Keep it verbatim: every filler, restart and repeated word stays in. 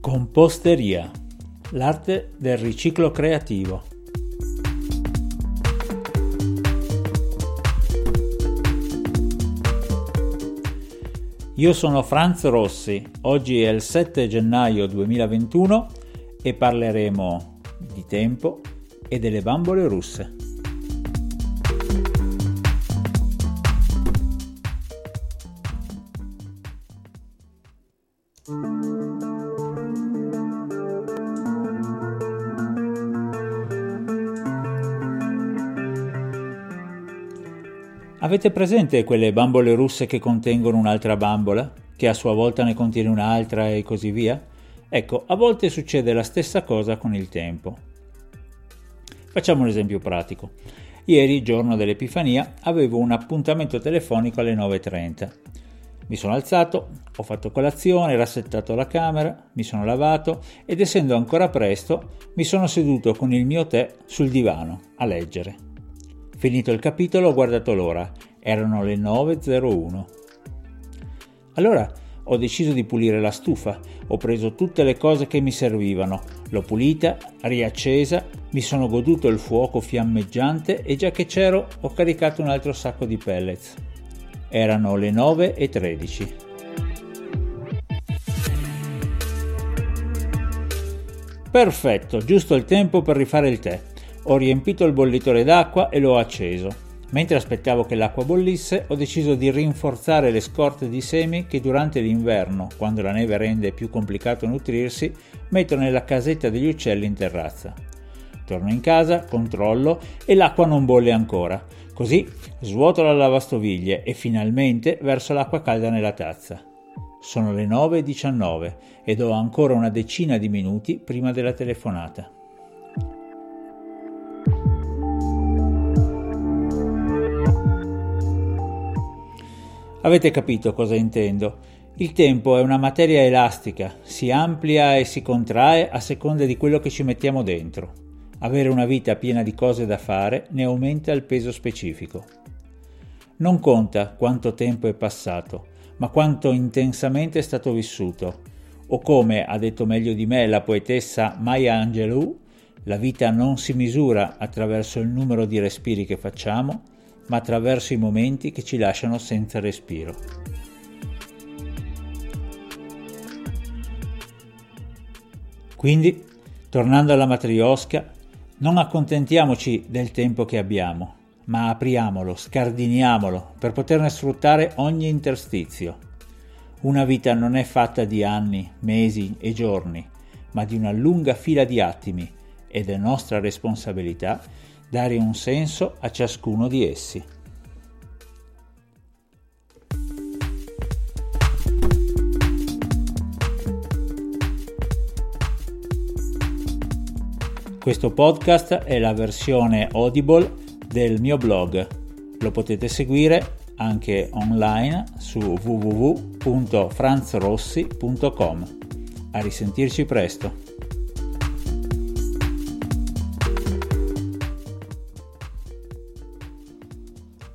Composteria, l'arte del riciclo creativo. Io sono Franz Rossi, oggi è il sette gennaio duemilaventuno e parleremo di tempo e delle bambole russe. Avete presente quelle bambole russe che contengono un'altra bambola, che a sua volta ne contiene un'altra e così via? Ecco, a volte succede la stessa cosa con il tempo. Facciamo un esempio pratico. Ieri, giorno dell'Epifania, avevo un appuntamento telefonico alle nove e trenta. Mi sono alzato, ho fatto colazione, rassettato la camera, mi sono lavato ed essendo ancora presto mi sono seduto con il mio tè sul divano a leggere. Finito il capitolo ho guardato l'ora, erano le nove e zero uno. Allora ho deciso di pulire la stufa, ho preso tutte le cose che mi servivano, l'ho pulita, riaccesa, mi sono goduto il fuoco fiammeggiante e già che c'ero ho caricato un altro sacco di pellets. Erano le nove e tredici. Perfetto, giusto il tempo per rifare il tè. Ho riempito il bollitore d'acqua e l'ho acceso. Mentre aspettavo che l'acqua bollisse, ho deciso di rinforzare le scorte di semi che durante l'inverno, quando la neve rende più complicato nutrirsi, metto nella casetta degli uccelli in terrazza. Torno in casa, controllo e l'acqua non bolle ancora. Così svuoto la lavastoviglie e finalmente verso l'acqua calda nella tazza. Sono le nove e diciannove ed ho ancora una decina di minuti prima della telefonata. Avete capito cosa intendo? Il tempo è una materia elastica, si amplia e si contrae a seconda di quello che ci mettiamo dentro. Avere una vita piena di cose da fare ne aumenta il peso specifico. Non conta quanto tempo è passato, ma quanto intensamente è stato vissuto. O come ha detto meglio di me la poetessa Maya Angelou, la vita non si misura attraverso il numero di respiri che facciamo, ma attraverso i momenti che ci lasciano senza respiro. Quindi, tornando alla matrioska, non accontentiamoci del tempo che abbiamo, ma apriamolo, scardiniamolo per poterne sfruttare ogni interstizio. Una vita non è fatta di anni, mesi e giorni, ma di una lunga fila di attimi ed è nostra responsabilità dare un senso a ciascuno di essi. Questo podcast è la versione Audible del mio blog. Lo potete seguire anche online su w w w punto franz rossi punto com. A risentirci presto.